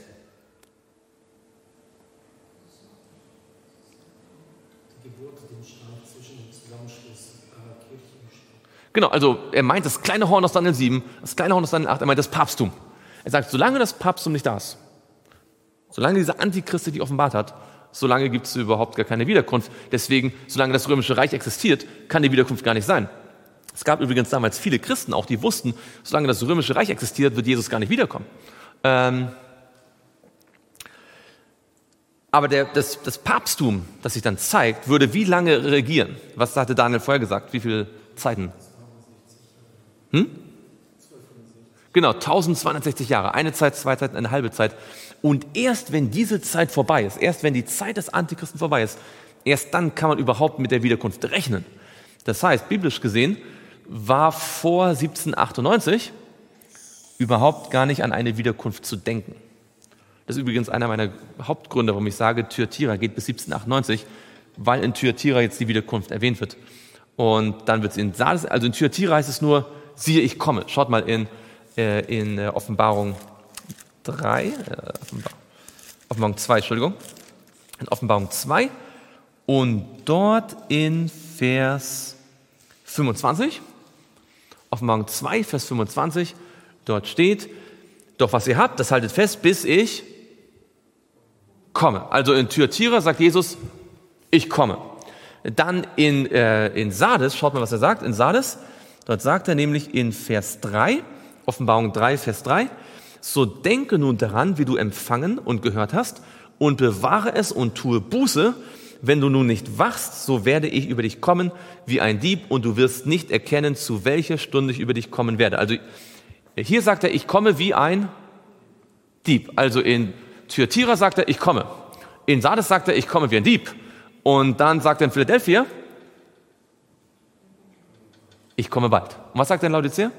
Genau, also er meint das kleine Horn aus Daniel 7, das kleine Horn aus Daniel 8, er meint das Papsttum. Er sagt, solange das Papsttum nicht da ist, solange dieser Antichrist sich offenbart hat, solange gibt es überhaupt gar keine Wiederkunft. Deswegen, solange das Römische Reich existiert, kann die Wiederkunft gar nicht sein. Es gab übrigens damals viele Christen auch, die wussten, solange das Römische Reich existiert, wird Jesus gar nicht wiederkommen. Aber das Papsttum, das sich dann zeigt, würde wie lange regieren? Was hatte Daniel vorher gesagt? Wie viele Zeiten? Genau, 1260 Jahre. Eine Zeit, zwei Zeiten, eine halbe Zeit. Und erst wenn diese Zeit vorbei ist, erst wenn die Zeit des Antichristen vorbei ist, erst dann kann man überhaupt mit der Wiederkunft rechnen. Das heißt, biblisch gesehen war vor 1798 überhaupt gar nicht an eine Wiederkunft zu denken. Das ist übrigens einer meiner Hauptgründe, warum ich sage, Thyatira geht bis 1798, weil in Thyatira jetzt die Wiederkunft erwähnt wird. Und dann wird es in Sardes, also in Thyatira heißt es nur, siehe, ich komme. Schaut mal in Offenbarung 3, Offenbarung 2, Entschuldigung. In Offenbarung 2 und dort in Vers 25, Offenbarung 2, Vers 25, dort steht, doch was ihr habt, das haltet fest, bis ich komme. Also in Thyatira sagt Jesus, ich komme. Dann in Sardes, schaut mal, was er sagt, in Sardes, dort sagt er nämlich in Vers 3, Offenbarung 3, Vers 3, So denke nun daran, wie du empfangen und gehört hast, und bewahre es und tue Buße. Wenn du nun nicht wachst, so werde ich über dich kommen wie ein Dieb, und du wirst nicht erkennen, zu welcher Stunde ich über dich kommen werde. Also hier sagt er, ich komme wie ein Dieb. Also in Thyatira sagt er, ich komme. In Sardes sagt er, ich komme wie ein Dieb. Und dann sagt er in Philadelphia, ich komme bald. Und was sagt er in Laodicea?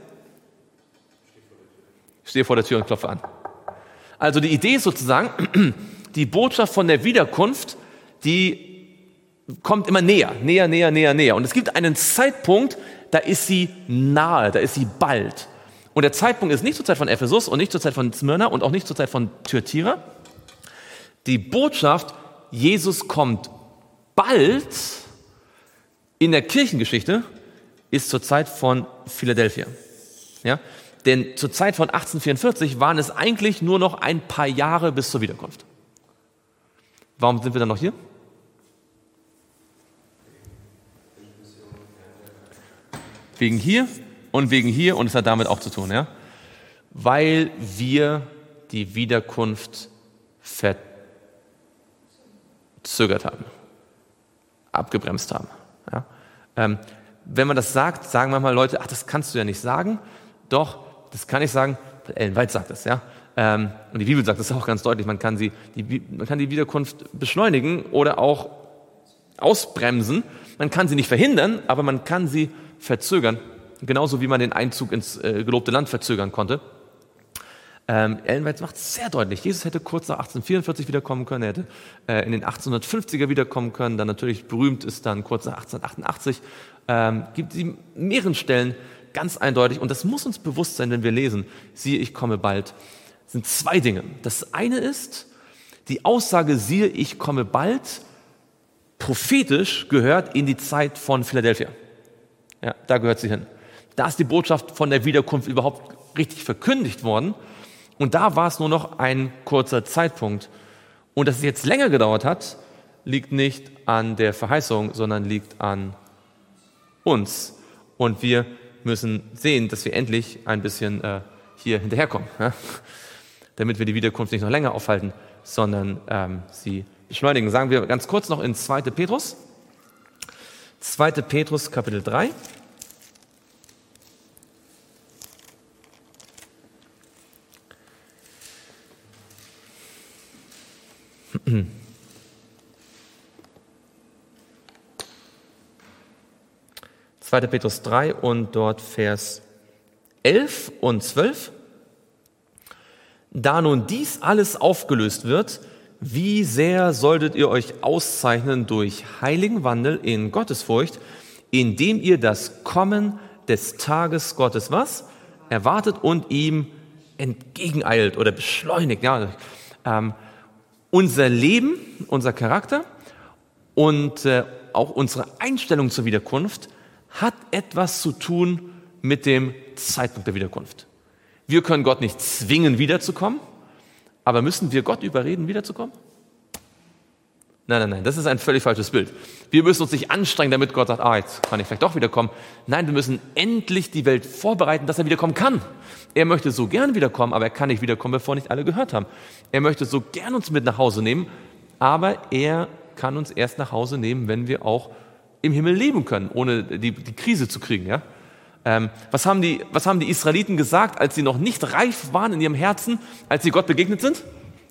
Ich stehe vor der Tür und klopfe an. Also die Idee ist sozusagen, die Botschaft von der Wiederkunft, die kommt immer näher. Und es gibt einen Zeitpunkt, da ist sie nahe, da ist sie bald. Und der Zeitpunkt ist nicht zur Zeit von Ephesus und nicht zur Zeit von Smyrna und auch nicht zur Zeit von Thyatira. Die Botschaft, Jesus kommt bald in der Kirchengeschichte, ist zur Zeit von Philadelphia. Ja? Denn zur Zeit von 1844 waren es eigentlich nur noch ein paar Jahre bis zur Wiederkunft. Warum sind wir dann noch hier? Wegen hier und es hat damit auch zu tun, ja? Weil wir die Wiederkunft verzögert haben, abgebremst haben. Ja? Wenn man das sagt, sagen manchmal Leute, ach, das kannst du ja nicht sagen. Doch, das kann ich sagen, Ellen White sagt das, ja. Und die Bibel sagt das auch ganz deutlich, man kann die Wiederkunft beschleunigen oder auch ausbremsen. Man kann sie nicht verhindern, aber man kann sie verzögern, genauso wie man den Einzug ins gelobte Land verzögern konnte. Ellen White macht es sehr deutlich, Jesus hätte kurz nach 1844 wiederkommen können, er hätte in den 1850er wiederkommen können, dann natürlich berühmt ist dann kurz nach 1888, gibt sie mehreren Stellen ganz eindeutig, und das muss uns bewusst sein, wenn wir lesen, siehe, ich komme bald, sind zwei Dinge. Das eine ist, die Aussage, siehe, ich komme bald, prophetisch gehört in die Zeit von Philadelphia. Ja, da gehört sie hin. Da ist die Botschaft von der Wiederkunft überhaupt richtig verkündigt worden, und da war es nur noch ein kurzer Zeitpunkt. Und dass es jetzt länger gedauert hat, liegt nicht an der Verheißung, sondern liegt an uns. Und wir müssen sehen, dass wir endlich ein bisschen hier hinterherkommen, ja? Damit wir die Wiederkunft nicht noch länger aufhalten, sondern sie beschleunigen. Sagen wir ganz kurz noch in 2. Petrus. 2. Petrus, Kapitel 3. Zweiter Petrus 3 und dort Vers 11 und 12. Da nun dies alles aufgelöst wird, wie sehr solltet ihr euch auszeichnen durch heiligen Wandel in Gottesfurcht, indem ihr das Kommen des Tages Gottes was? Erwartet und ihm entgegeneilt oder beschleunigt. Ja, unser Leben, unser Charakter und auch unsere Einstellung zur Wiederkunft hat etwas zu tun mit dem Zeitpunkt der Wiederkunft. Wir können Gott nicht zwingen, wiederzukommen, aber müssen wir Gott überreden, wiederzukommen? Nein, das ist ein völlig falsches Bild. Wir müssen uns nicht anstrengen, damit Gott sagt, jetzt kann ich vielleicht doch wiederkommen. Nein, wir müssen endlich die Welt vorbereiten, dass er wiederkommen kann. Er möchte so gern wiederkommen, aber er kann nicht wiederkommen, bevor nicht alle gehört haben. Er möchte so gern uns mit nach Hause nehmen, aber er kann uns erst nach Hause nehmen, wenn wir auch im Himmel leben können, ohne die Krise zu kriegen. Ja? Was haben die Israeliten gesagt, als sie noch nicht reif waren in ihrem Herzen, als sie Gott begegnet sind?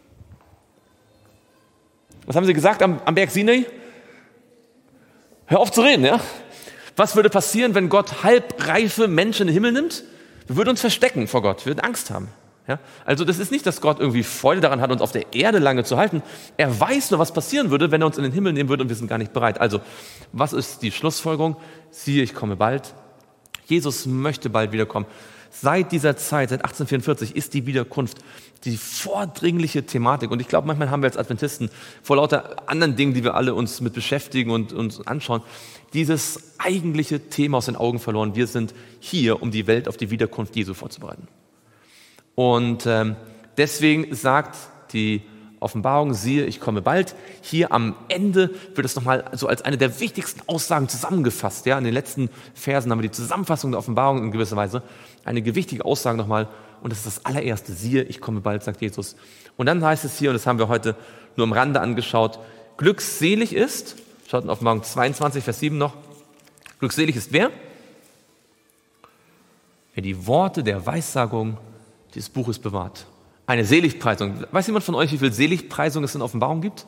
Was haben sie gesagt am Berg Sinai? Hör auf zu reden, ja? Was würde passieren, wenn Gott halbreife Menschen in den Himmel nimmt? Wir würden uns verstecken vor Gott, wir würden Angst haben. Ja? Also das ist nicht, dass Gott irgendwie Freude daran hat, uns auf der Erde lange zu halten. Er weiß nur, was passieren würde, wenn er uns in den Himmel nehmen würde, und wir sind gar nicht bereit. Also, was ist die Schlussfolgerung? Siehe, ich komme bald. Jesus möchte bald wiederkommen. Seit dieser Zeit, seit 1844, ist die Wiederkunft die vordringliche Thematik. Und ich glaube, manchmal haben wir als Adventisten vor lauter anderen Dingen, die wir alle uns mit beschäftigen und uns anschauen, dieses eigentliche Thema aus den Augen verloren. Wir sind hier, um die Welt auf die Wiederkunft Jesu vorzubereiten. Und deswegen sagt die Offenbarung, siehe, ich komme bald. Hier am Ende wird es nochmal so als eine der wichtigsten Aussagen zusammengefasst. Ja, in den letzten Versen haben wir die Zusammenfassung der Offenbarung in gewisser Weise, eine gewichtige Aussage nochmal. und das ist das allererste. Siehe, ich komme bald, sagt Jesus. Und dann heißt es hier, und das haben wir heute nur am Rande angeschaut, glückselig ist, schaut in Offenbarung 22, Vers 7 noch, glückselig ist wer? Wer die Worte der Weissagung dieses Buches bewahrt. Eine Seligpreisung. Weiß jemand von euch, wie viel Seligpreisung es in Offenbarung gibt?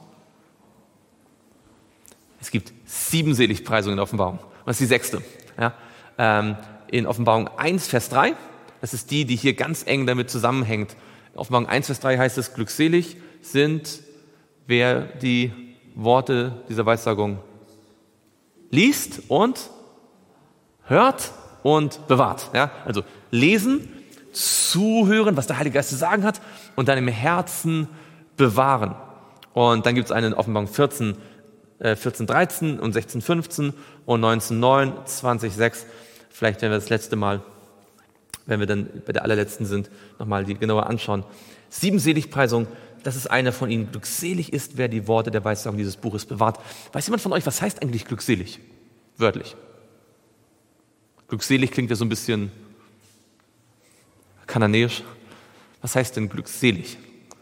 Es gibt 7 Seligpreisungen in der Offenbarung. Und das ist die 6. Ja? In Offenbarung 1, Vers 3, das ist die hier ganz eng damit zusammenhängt. In Offenbarung 1, Vers 3 heißt es, glückselig sind, wer die Worte dieser Weissagung liest und hört und bewahrt. Ja? Also lesen, zuhören, was der Heilige Geist zu sagen hat und dann im Herzen bewahren. Und dann gibt es eine in Offenbarung 14, 13 und 16, 15 und 19, 9, 20, 6. Vielleicht werden wir das letzte Mal, wenn wir dann bei der allerletzten sind, nochmal die genauer anschauen. 7 Seligpreisungen, das ist eine von ihnen. Glückselig ist, wer die Worte der Weissagung dieses Buches bewahrt. Weiß jemand von euch, was heißt eigentlich glückselig? Wörtlich. Glückselig klingt ja so ein bisschen kananäisch. Was heißt denn glückselig?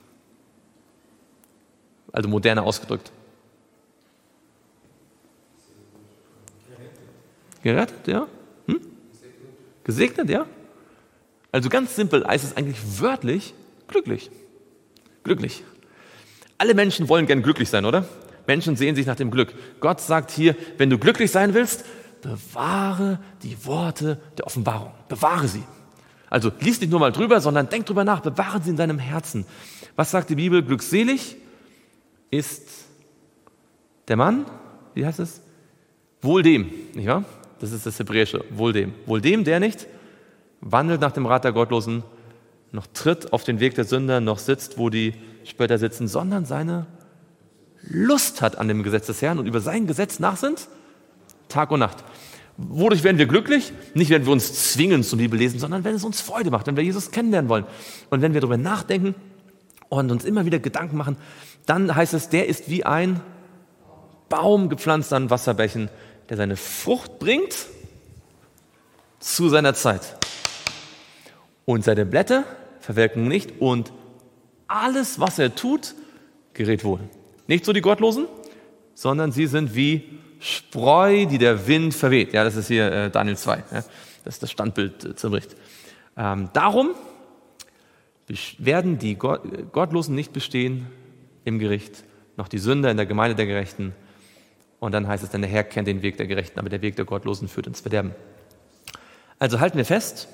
Also moderner ausgedrückt. Gerettet, ja? Gesegnet, ja? Also ganz simpel heißt es eigentlich wörtlich glücklich. Glücklich. Alle Menschen wollen gern glücklich sein, oder? Menschen sehen sich nach dem Glück. Gott sagt hier, wenn du glücklich sein willst, bewahre die Worte der Offenbarung. Bewahre sie. Also lies nicht nur mal drüber, sondern denk drüber nach. Bewahre sie in deinem Herzen. Was sagt die Bibel? Glückselig ist der Mann, wie heißt es? Wohl dem, nicht wahr? Das ist das Hebräische, wohl dem. Wohl dem, der nicht wandelt nach dem Rat der Gottlosen, noch tritt auf den Weg der Sünder, noch sitzt, wo die Spötter sitzen, sondern seine Lust hat an dem Gesetz des Herrn und über sein Gesetz nachsinnt, Tag und Nacht. Wodurch werden wir glücklich? Nicht, wenn wir uns zwingen zum Bibellesen, sondern wenn es uns Freude macht, wenn wir Jesus kennenlernen wollen. Und wenn wir darüber nachdenken und uns immer wieder Gedanken machen, dann heißt es, der ist wie ein Baum gepflanzt an Wasserbächen, der seine Frucht bringt zu seiner Zeit. Und seine Blätter verwelken nicht und alles, was er tut, gerät wohl. Nicht so die Gottlosen, sondern sie sind wie Spreu, die der Wind verweht. Ja, das ist hier Daniel 2. Ja, das ist das Standbild zum Bericht. Darum werden die Gottlosen nicht bestehen im Gericht, noch die Sünder in der Gemeinde der Gerechten. Und dann heißt es, denn der Herr kennt den Weg der Gerechten, aber der Weg der Gottlosen führt ins Verderben. Also halten wir fest,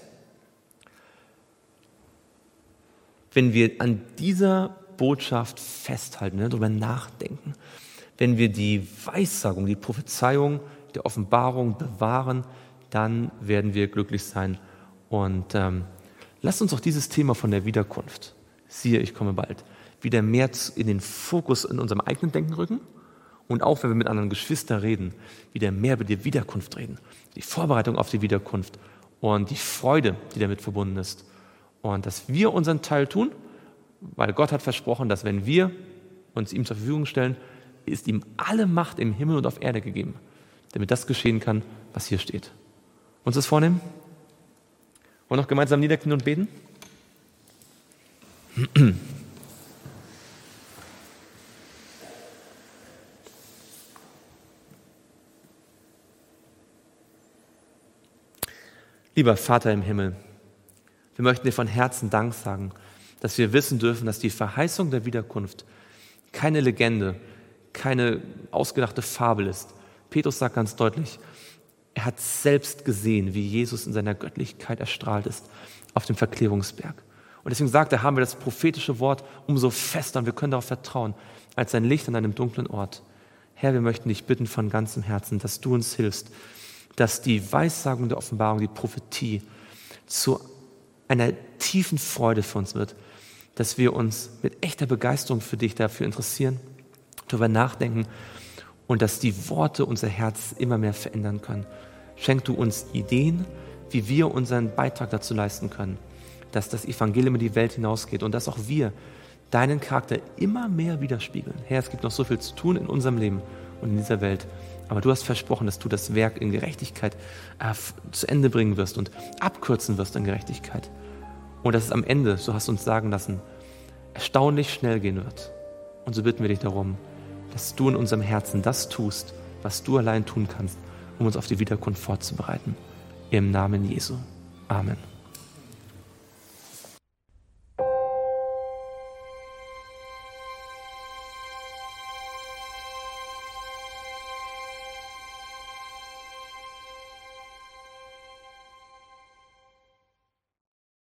wenn wir an dieser Botschaft festhalten, darüber nachdenken, wenn wir die Weissagung, die Prophezeiung der Offenbarung bewahren, dann werden wir glücklich sein. Und lasst uns auch dieses Thema von der Wiederkunft, siehe, ich komme bald, wieder mehr in den Fokus in unserem eigenen Denken rücken und auch, wenn wir mit anderen Geschwistern reden, wieder mehr über die Wiederkunft reden, die Vorbereitung auf die Wiederkunft und die Freude, die damit verbunden ist. Und dass wir unseren Teil tun, weil Gott hat versprochen, dass wenn wir uns ihm zur Verfügung stellen, ist ihm alle Macht im Himmel und auf Erde gegeben, damit das geschehen kann, was hier steht. Uns das vornehmen? Und noch gemeinsam niederknien und beten? Lieber Vater im Himmel, wir möchten dir von Herzen Dank sagen, dass wir wissen dürfen, dass die Verheißung der Wiederkunft keine Legende, keine ausgedachte Fabel ist. Petrus sagt ganz deutlich, er hat selbst gesehen, wie Jesus in seiner Göttlichkeit erstrahlt ist auf dem Verklärungsberg. Und deswegen sagt er, haben wir das prophetische Wort umso fester und wir können darauf vertrauen, als ein Licht an einem dunklen Ort. Herr, wir möchten dich bitten von ganzem Herzen, dass du uns hilfst, dass die Weissagung der Offenbarung, die Prophetie zu einer tiefen Freude für uns wird, dass wir uns mit echter Begeisterung für dich dafür interessieren, darüber nachdenken und dass die Worte unser Herz immer mehr verändern können. Schenk du uns Ideen, wie wir unseren Beitrag dazu leisten können, dass das Evangelium in die Welt hinausgeht und dass auch wir deinen Charakter immer mehr widerspiegeln. Herr, es gibt noch so viel zu tun in unserem Leben und in dieser Welt, aber du hast versprochen, dass du das Werk in Gerechtigkeit zu Ende bringen wirst und abkürzen wirst in Gerechtigkeit. und dass es am Ende, so hast du uns sagen lassen, erstaunlich schnell gehen wird. Und so bitten wir dich darum, dass du in unserem Herzen das tust, was du allein tun kannst, um uns auf die Wiederkunft vorzubereiten. Im Namen Jesu. Amen.